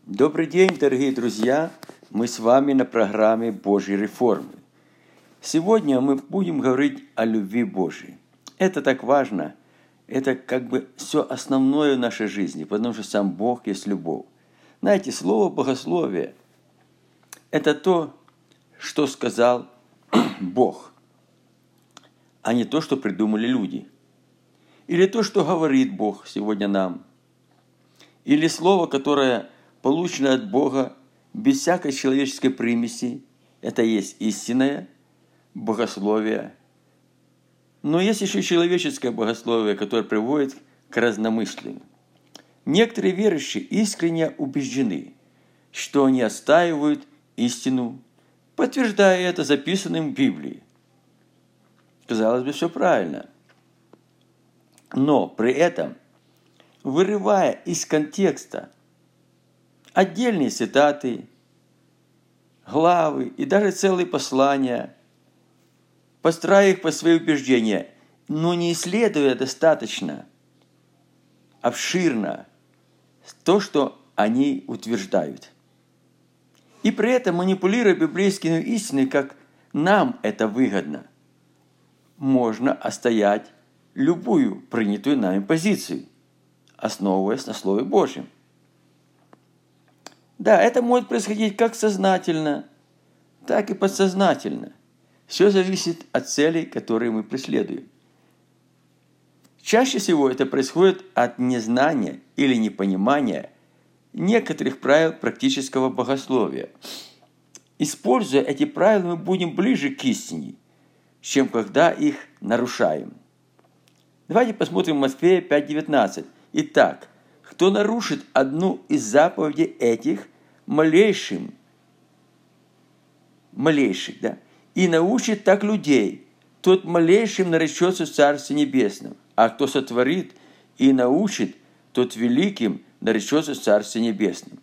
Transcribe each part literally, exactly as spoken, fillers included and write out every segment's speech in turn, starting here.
Добрый день, дорогие друзья! Мы с вами на программе Божьей реформы. Сегодня мы будем говорить о любви Божьей. Это так важно. Это как бы все основное в нашей жизни, потому что сам Бог есть любовь. Знаете, слово богословие – это то, что сказал Бог, а не то, что придумали люди. Или то, что говорит Бог сегодня нам. Или слово, которое получено от Бога без всякой человеческой примеси. Это есть истинное богословие. Но есть еще человеческое богословие, которое приводит к разномыслию. Некоторые верующие искренне убеждены, что они отстаивают истину, подтверждая это записанным в Библии. Казалось бы, все правильно. Но при этом, вырывая из контекста отдельные цитаты, главы и даже целые послания, построив их по свои убеждения, но не исследуя достаточно обширно то, что они утверждают. И при этом манипулируя библейскими истинами, как нам это выгодно, можно отстоять любую принятую нами позицию, основываясь на Слове Божьем. Да, это может происходить как сознательно, так и подсознательно. Все зависит от целей, которые мы преследуем. Чаще всего это происходит от незнания или непонимания некоторых правил практического богословия. Используя эти правила, мы будем ближе к истине, чем когда их нарушаем. Давайте посмотрим Матфея пять девятнадцать. Итак, кто нарушит одну из заповедей этих, малейшим, малейших, да, и научит так людей, тот малейшим наречется в Царстве Небесном, а кто сотворит и научит, тот великим наречется в Царстве Небесном.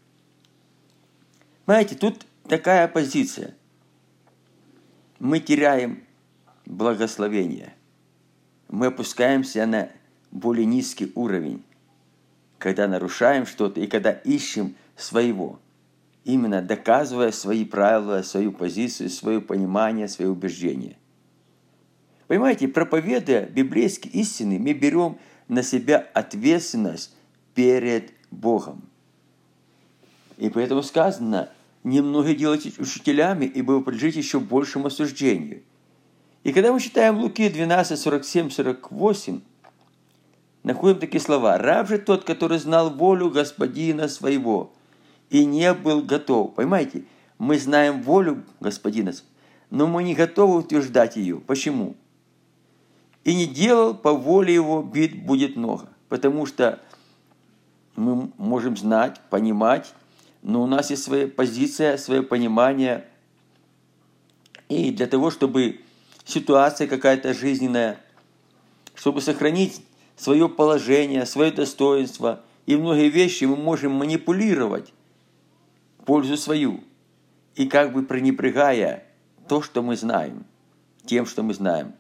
Знаете, тут такая позиция. Мы теряем благословение. Мы опускаемся на более низкий уровень, когда нарушаем что-то и когда ищем своего, именно доказывая свои правила, свою позицию, свое понимание, свои убеждения. Понимаете, проповедуя библейские истины, мы берем на себя ответственность перед Богом. И поэтому сказано, немногие делайтесь учителями, ибо вы подлежите еще большему осуждению. И когда мы читаем Луки двенадцать, сорок семь, сорок восемь, находим такие слова. «Раб же тот, который знал волю господина своего и не был готов». Понимаете, мы знаем волю господина, но мы не готовы утверждать ее. Почему? «И не делал по воле его, бед будет много». Потому что мы можем знать, понимать, но у нас есть своя позиция, свое понимание. И для того, чтобы ситуация какая-то жизненная, чтобы сохранить свое положение, свое достоинство и многие вещи мы можем манипулировать в пользу свою. И как бы пренебрегая то, что мы знаем, тем, что мы знаем.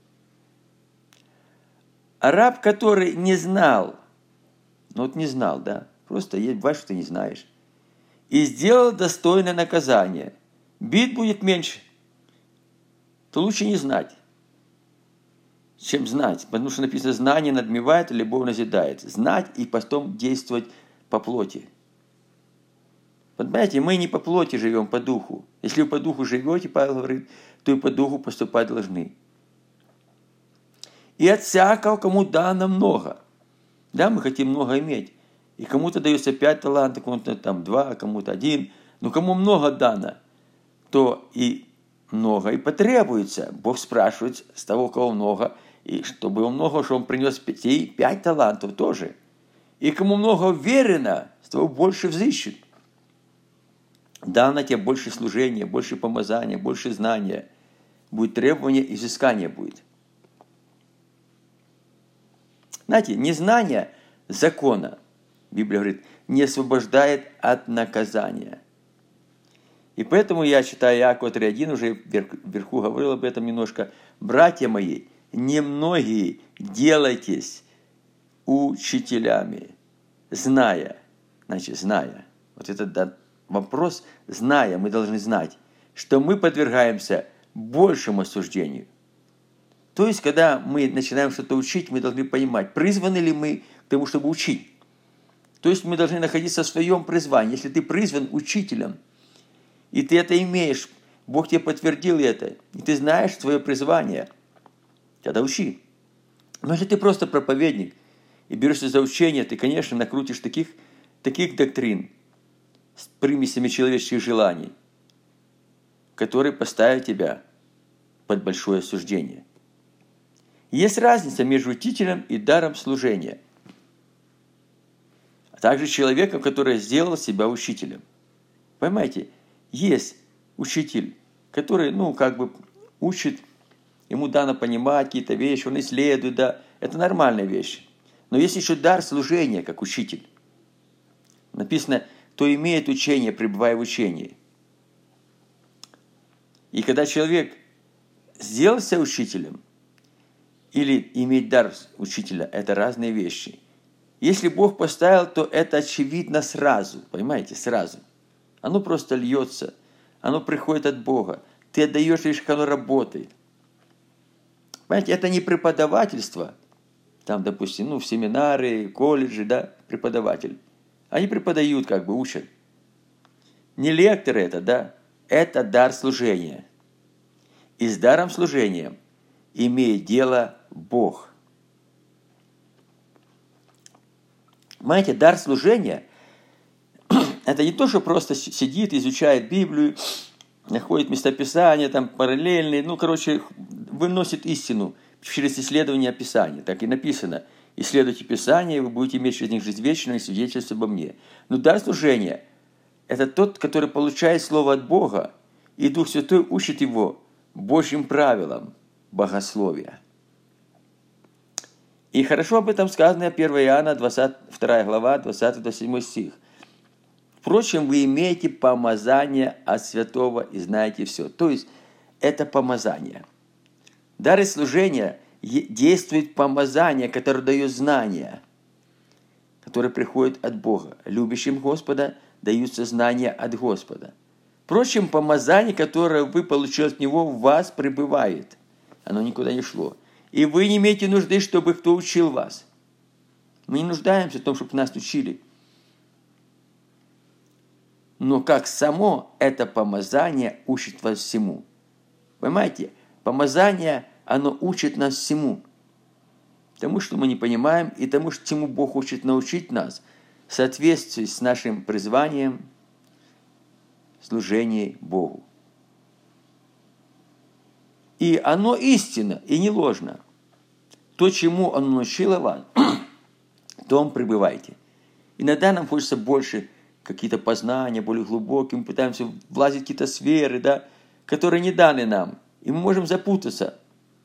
А раб, который не знал, ну вот не знал, да, просто есть, бывает, что ты не знаешь, и сделал достойное наказание, бед будет меньше, то лучше не знать, чем знать, потому что написано, знание надмевает, любовь назидает. Знать и потом действовать по плоти. Понимаете, мы не по плоти живем, по духу. Если вы по духу живете, Павел говорит, то и по духу поступать должны. И от всякого, кому дано много. Да, мы хотим много иметь. И кому-то дается пять талантов, кому-то там два, кому-то один. Но кому много дано, то и много и потребуется. Бог спрашивает с того, у кого много, и чтобы было много, что он принес пять, пять талантов тоже. И кому много уверено, с того больше взыщет. Дано тебе больше служения, больше помазания, больше знания. Будет требование, изыскание будет. Знаете, незнание закона, Библия говорит, не освобождает от наказания. И поэтому я читаю Иакова три один, уже вверху говорил об этом немножко. «Братья мои, немногие делайтесь учителями, зная, значит, зная, Вот этот да, вопрос, зная, мы должны знать, что мы подвергаемся большему осуждению. То есть, когда мы начинаем что-то учить, мы должны понимать, призваны ли мы к тому, чтобы учить. То есть, мы должны находиться в своем призвании. Если ты призван учителем, и ты это имеешь, Бог тебе подтвердил это, и ты знаешь свое призвание, тогда учи. Но если ты просто проповедник и берешься за учение, ты, конечно, накрутишь таких, таких доктрин с примесями человеческих желаний, которые поставят тебя под большое осуждение. Есть разница между учителем и даром служения, а также человеком, который сделал себя учителем. Понимаете, есть учитель, который, ну, как бы учит, ему дано понимать какие-то вещи, он исследует, да, это нормальная вещь. Но есть еще дар служения, как учитель. Написано, кто имеет учение, пребывая в учении. И когда человек сделался учителем, или иметь дар учителя, это разные вещи. Если Бог поставил, то это очевидно сразу, понимаете, сразу. Оно просто льется, оно приходит от Бога. Ты отдаешь лишь, как оно работает. Понимаете, это не преподавательство, там, допустим, ну, в семинары, колледжи, да, преподаватель. Они преподают, как бы учат. Не лекторы это, да, это дар служения. И с даром служения имеет дело Бог. Понимаете, дар служения – это не то, что просто сидит, изучает Библию, находит местописания, там параллельные, ну, короче, выносит истину через исследование Писания. Так и написано. Исследуйте Писание, и вы будете иметь через них жизнь вечную и свидетельство обо мне. Но дар служения – это тот, который получает Слово от Бога, и Дух Святой учит его Божьим правилам богословия. И хорошо об этом сказано первое Иоанна, двадцать вторая глава, двадцатый до седьмой стих. Впрочем, вы имеете помазание от святого и знаете все. То есть, это помазание. Дары служения действует помазание, которое дает знания, которое приходит от Бога. Любящим Господа даются знания от Господа. Впрочем, помазание, которое вы получили от Него, в вас пребывает. Оно никуда не шло. И вы не имеете нужды, чтобы кто учил вас. Мы не нуждаемся в том, чтобы нас учили. Но как само это помазание учит вас всему. Понимаете? Помазание, оно учит нас всему. Тому, что мы не понимаем, и тому, чему Бог хочет научить нас в соответствии с нашим призванием служения Богу. И оно истинно, и не ложно. То, чему оно научило вас, в том пребывайте. Иногда нам хочется больше какие-то познания, более глубокие. Мы пытаемся влазить в какие-то сферы, да, которые не даны нам. И мы можем запутаться.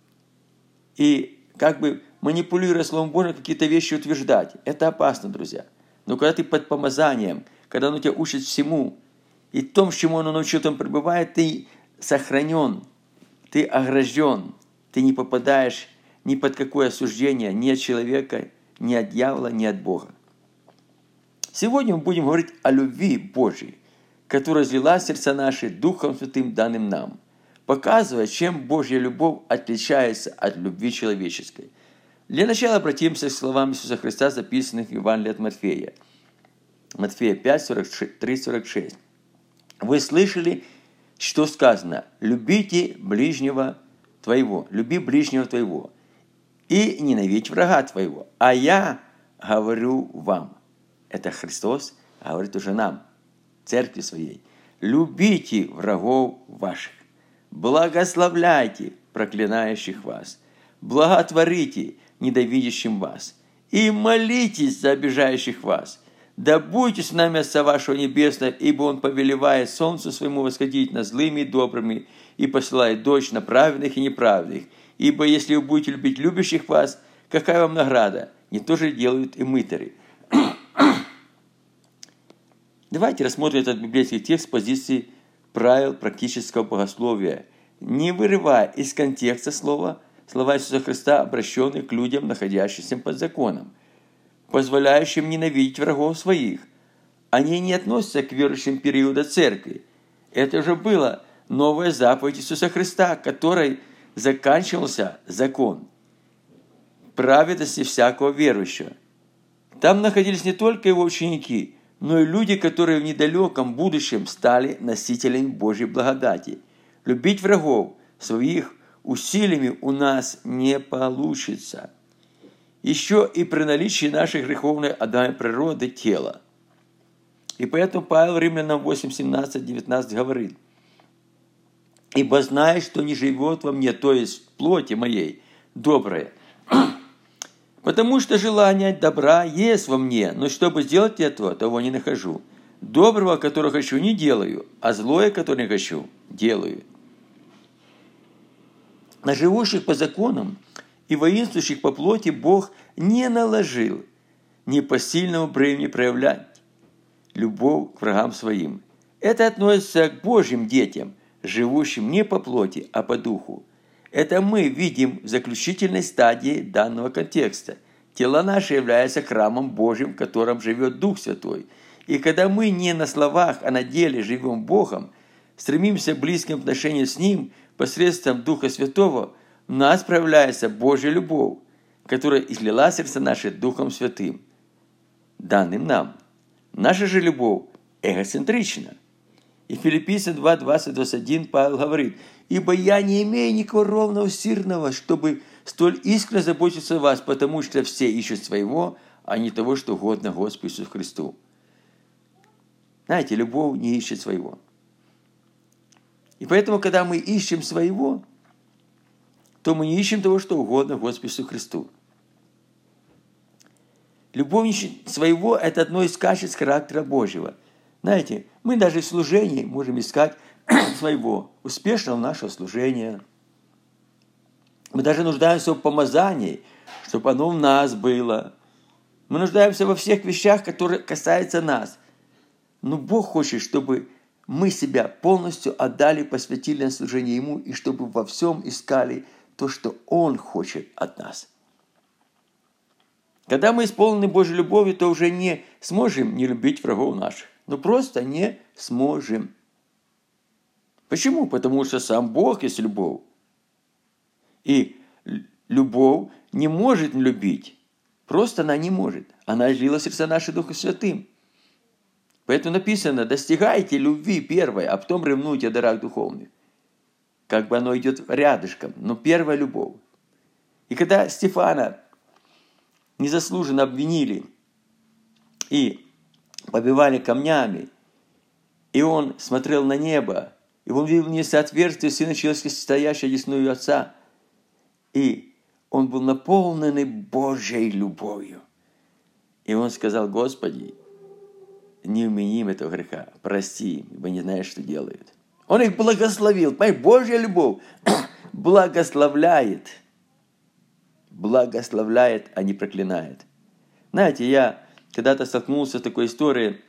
И как бы манипулируя Словом Божьим, какие-то вещи утверждать. Это опасно, друзья. Но когда ты под помазанием, когда оно тебя учит всему, и в том, чему оно научил, там пребывает, ты сохранен. Ты огражден, ты не попадаешь ни под какое осуждение ни от человека, ни от дьявола, ни от Бога. Сегодня мы будем говорить о любви Божьей, которая разлилась в сердца наши Духом Святым, данным нам, показывая, чем Божья любовь отличается от любви человеческой. Для начала обратимся к словам Иисуса Христа, записанных в Евангелии от Матфея. Матфея пять, сорок три сорок шесть. Вы слышали, что сказано: любите ближнего твоего, люби ближнего твоего и ненавидь врага твоего. А я говорю вам, это Христос говорит уже нам, церкви своей, любите врагов ваших, благословляйте проклинающих вас, благотворите ненавидящим вас и молитесь за обижающих вас. Да будьте с нами Отца вашего Небесного, ибо Он повелевает солнцу своему восходить над злыми и добрыми, и посылает дождь на праведных и неправедных. Ибо если вы будете любить любящих вас, какая вам награда? Не то же делают и мытари. Давайте рассмотрим этот библейский текст с позиции правил практического богословия, не вырывая из контекста слова, слова Иисуса Христа, обращенные к людям, находящимся под законом, позволяющим ненавидеть врагов своих, они не относятся к верующим периода церкви. Это уже была новая заповедь Иисуса Христа, которой заканчивался закон праведности всякого верующего. Там находились не только его ученики, но и люди, которые в недалеком будущем стали носителями Божьей благодати. Любить врагов своих усилиями у нас не получится. Еще и при наличии нашей греховной Адамовой природы тела. И поэтому Павел Римлянам восемь, семнадцать, девятнадцать говорит: «Ибо знаю, что не живет во мне, то есть в плоти моей, доброе, потому что желание добра есть во мне, но чтобы сделать этого, того не нахожу. Доброго, которого хочу, не делаю, а злое, которое не хочу, делаю». На живущих по законам и воинствующих по плоти Бог не наложил непосильного бремени проявлять любовь к врагам своим. Это относится к Божьим детям, живущим не по плоти, а по духу. Это мы видим в заключительной стадии данного контекста. Тело наше является храмом Божьим, в котором живет Дух Святой. И когда мы не на словах, а на деле живем Богом, стремимся к близким отношениям с Ним посредством Духа Святого, в нас проявляется Божья любовь, которая излила сердце наше Духом Святым, данным нам. Наша же любовь эгоцентрична. И Филиппийцам два, двадцать, двадцать один Павел говорит: «Ибо я не имею никакого ровного сирного, чтобы столь искренне заботиться о вас, потому что все ищут своего, а не того, что угодно Господу Иисусу Христу». Знаете, любовь не ищет своего. И поэтому, когда мы ищем своего, то мы не ищем того, что угодно Господу Иисусу Христу. Любовь своего – это одно из качеств характера Божьего. Знаете, мы даже в служении можем искать своего, успешного нашего служения. Мы даже нуждаемся в помазании, чтобы оно в нас было. Мы нуждаемся во всех вещах, которые касаются нас. Но Бог хочет, чтобы мы себя полностью отдали, посвятили на служение Ему, и чтобы во всем искали то, что Он хочет от нас. Когда мы исполнены Божьей любовью, то уже не сможем не любить врагов наших. Ну, просто не сможем. Почему? Потому что сам Бог есть любовь. И любовь не может не любить. Просто она не может. Она излила сердца наши Духом Святым. Поэтому написано: достигайте любви первой, а потом ревнуйте о дарах духовных. Как бы оно идет рядышком. Но первая любовь. И когда Стефана незаслуженно обвинили и побивали камнями, и он смотрел на небо, и он видел несоответствие Сына Человеческого, стоящего одесную Отца, и он был наполненный Божьей любовью. И он сказал: Господи, не умени им этого греха, прости им, ибо не знаешь, что делают. Он их благословил. Понимаете, Божья любовь благословляет. Благословляет, а не проклинает. Знаете, я когда-то столкнулся с такой историей.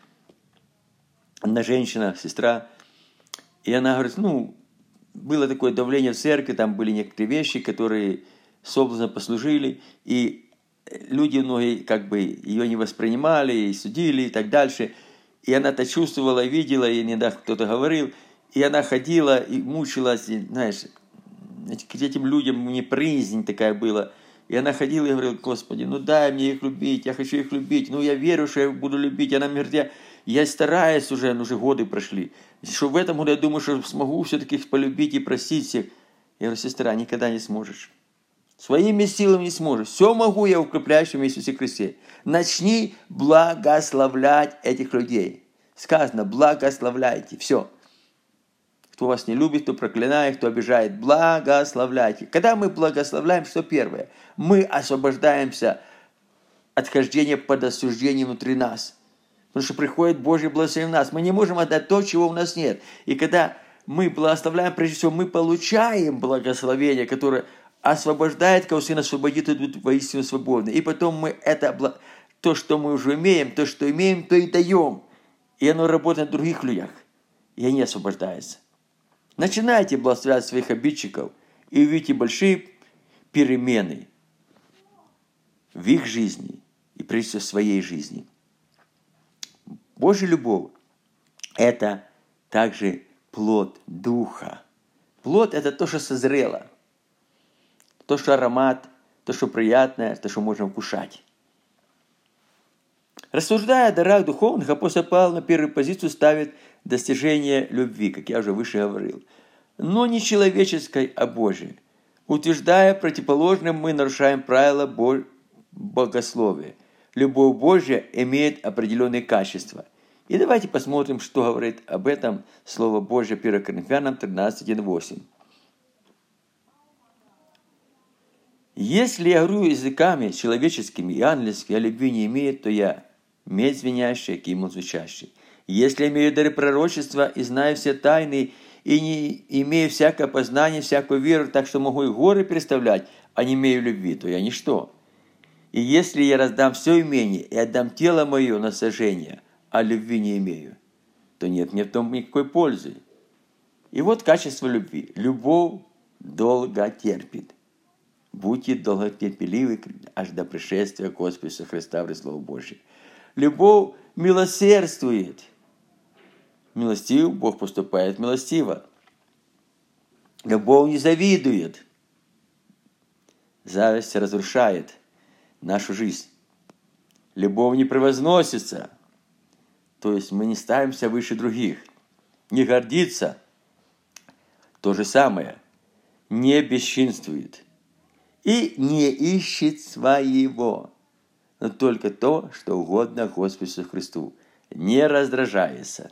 Одна женщина, сестра, и она говорит: ну, было такое давление в церкви, там были некоторые вещи, которые соблазно послужили, и люди многие как бы ее не воспринимали, и судили, и так дальше. И она это чувствовала, видела, и иногда кто-то говорил, и она ходила и мучилась, и, знаешь, к этим людям неприязнь такая была. И она ходила и говорила: Господи, ну дай мне их любить, я хочу их любить, ну я верю, что я их буду любить. И она мне говорит: я стараюсь уже, ну, уже годы прошли, что в этом году я думаю, что смогу все-таки их полюбить и простить всех. Я говорю: сестра, никогда не сможешь. Своими силами не сможешь. Все могу я, укрепляющим в Иисусе Христе. Начни благословлять этих людей. Сказано: благословляйте. Все. Кто вас не любит, кто проклинает, кто обижает, благословляйте. Когда мы благословляем, что первое? Мы освобождаемся от хождения под осуждением внутри нас. Потому что приходит Божье благословение в нас. Мы не можем отдать то, чего у нас нет. И когда мы благословляем, прежде всего, мы получаем благословение, которое освобождает, кого Сын освободит, идут воистину свободны. И потом мы это, то, что мы уже имеем, то, что имеем, то и даем. И оно работает на других людях. И они освобождаются. Начинайте благословлять своих обидчиков и увидите большие перемены в их жизни и прежде всего в своей жизни. Божья любовь – это также плод Духа. Плод – это то, что созрело, то, что аромат, то, что приятное, то, что можно вкушать. Рассуждая о дарах духовных, апостол Павел на первую позицию ставит достижение любви, как я уже выше говорил. Но не человеческой, а Божией. Утверждая противоположным, мы нарушаем правила богословия. Любовь Божья имеет определенные качества. И давайте посмотрим, что говорит об этом Слово Божье первое Коринфянам тринадцать, восемь. Если я говорю языками человеческими и ангельскими, а любви не имеет, то я медь звенящая, кимон звучащий. Если я имею дары пророчества и знаю все тайны, и не имею всякое познание, всякую веру, так что могу и горы переставлять, а не имею любви, то я ничто. И если я раздам все имение и отдам тело мое на сожжение, а любви не имею, то нет мне в том никакой пользы. И вот качество любви. Любовь долго терпит. Будьте долготерпеливы аж до пришествия Господа Иисуса Христа в Слово Божье. Любовь милосердствует. Милостив Бог поступает милостиво. Любовь не завидует. Зависть разрушает нашу жизнь. Любовь не превозносится. То есть мы не ставимся выше других. Не гордится. То же самое. Не бесчинствует. И не ищет своего. Но только то, что угодно Господу Иисусу Христу. Не раздражается.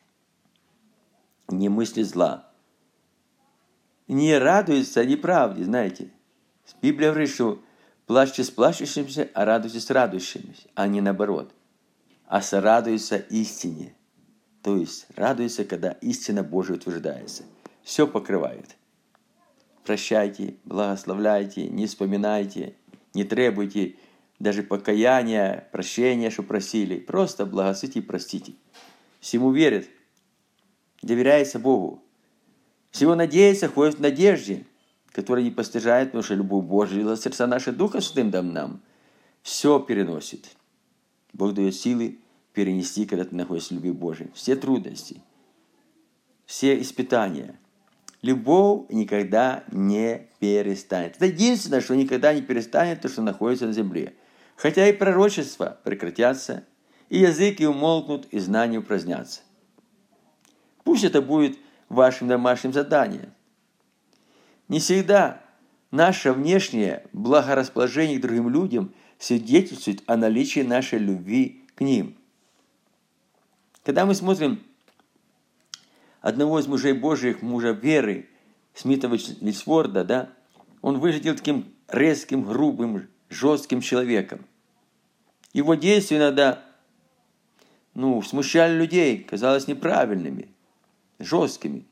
Не мыслит зла. Не радуется неправде, знаете. Библия говорит, что плачьте с плачущимся, а радуйтесь с радующимися, а не наоборот. А сорадуется истине. То есть радуется, когда истина Божия утверждается. Все покрывает. Прощайте, благословляйте, не вспоминайте, не требуйте даже покаяния, прощения, что просили. Просто благословите и простите. Всему верит, доверяется Богу. Всего надеется, ходит в надежде, которая не постижает, потому что любовь Божия и сердца наши Духа Святым дам нам. Все переносит. Бог дает силы перенести, когда ты находишься в любви Божией. Все трудности, все испытания. Любовь никогда не перестанет. Это единственное, что никогда не перестанет, то, что находится на земле. Хотя и пророчества прекратятся, и языки умолкнут, и знания упразднятся. Пусть это будет вашим домашним заданием. Не всегда наше внешнее благорасположение к другим людям свидетельствует о наличии нашей любви к ним. Когда мы смотрим одного из мужей Божьих, мужа веры, Смита Вильсворда, да, он выглядел таким резким, грубым, жестким человеком. Его действия иногда ну, смущали людей, казалось неправильными, жесткими.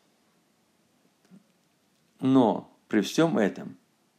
Но при всем этом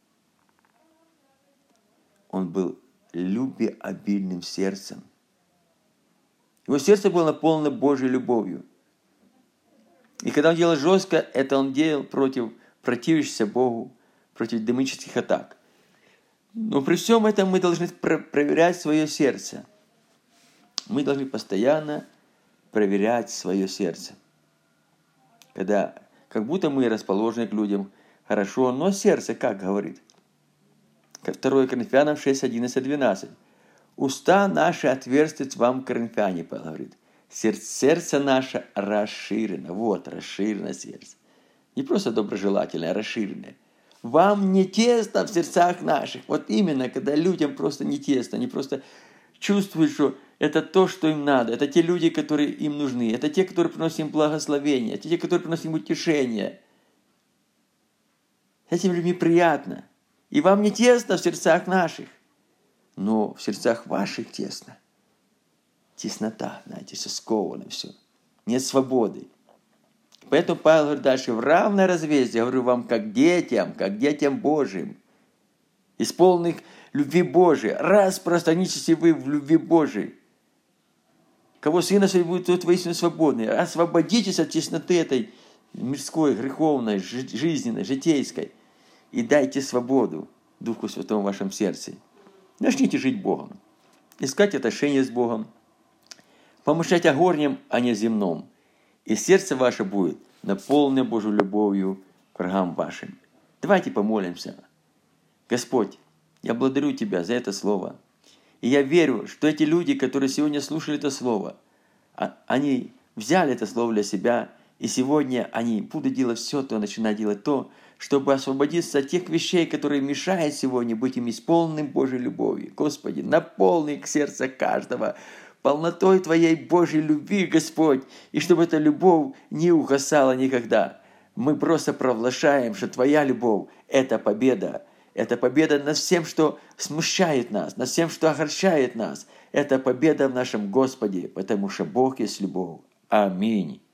он был любвеобильным сердцем. Его сердце было наполнено Божьей любовью. И когда он делал жестко, это он делал против противящихся Богу, против демонических атак. Но при всем этом мы должны проверять свое сердце. Мы должны постоянно проверять свое сердце. Когда как будто мы расположены к людям хорошо, но сердце как говорит? второе Коринфянам шесть, одиннадцать, двенадцать. Уста наши отверстят вам, коринфяне, Павел говорит. Сердце, сердце наше расширено. Вот, расширено сердце. Не просто доброжелательное, а расширенное. Вам не тесно в сердцах наших. Вот именно, когда людям просто не тесно. Они просто чувствуют, что это то, что им надо. Это те люди, которые им нужны. Это те, которые приносят им благословение. Это те, которые приносят им утешение. Этим людям приятно. И вам не тесно в сердцах наших. Но в сердцах ваших тесно. Теснота, знаете, все сковано, все. Нет свободы. Поэтому Павел говорит дальше, в равное развесие, я говорю вам, как детям, как детям Божьим, исполненных любви Божией, распространитесь вы в любви Божией. Кого Сына Своего будет, тот воистину свободный. Освободитесь от тесноты этой мирской, греховной, жизненной, житейской. И дайте свободу Духу Святому в вашем сердце. Начните жить Богом. Искать отношения с Богом. помышлять о горнем, а не о земном. И сердце ваше будет наполнено Божьей любовью к врагам вашим. Давайте помолимся. Господь, я благодарю Тебя за это слово. И я верю, что эти люди, которые сегодня слушали это слово, они взяли это слово для себя, и сегодня они будут делать все, то начинать делать то, чтобы освободиться от тех вещей, которые мешают сегодня быть им исполненным Божьей любовью. Господи, наполни сердце каждого полнотой Твоей Божьей любви, Господь, и чтобы эта любовь не угасала никогда. Мы просто провозглашаем, что Твоя любовь – это победа. Это победа над всем, что смущает нас, над всем, что огорчает нас. Это победа в нашем Господе, потому что Бог есть любовь. Аминь.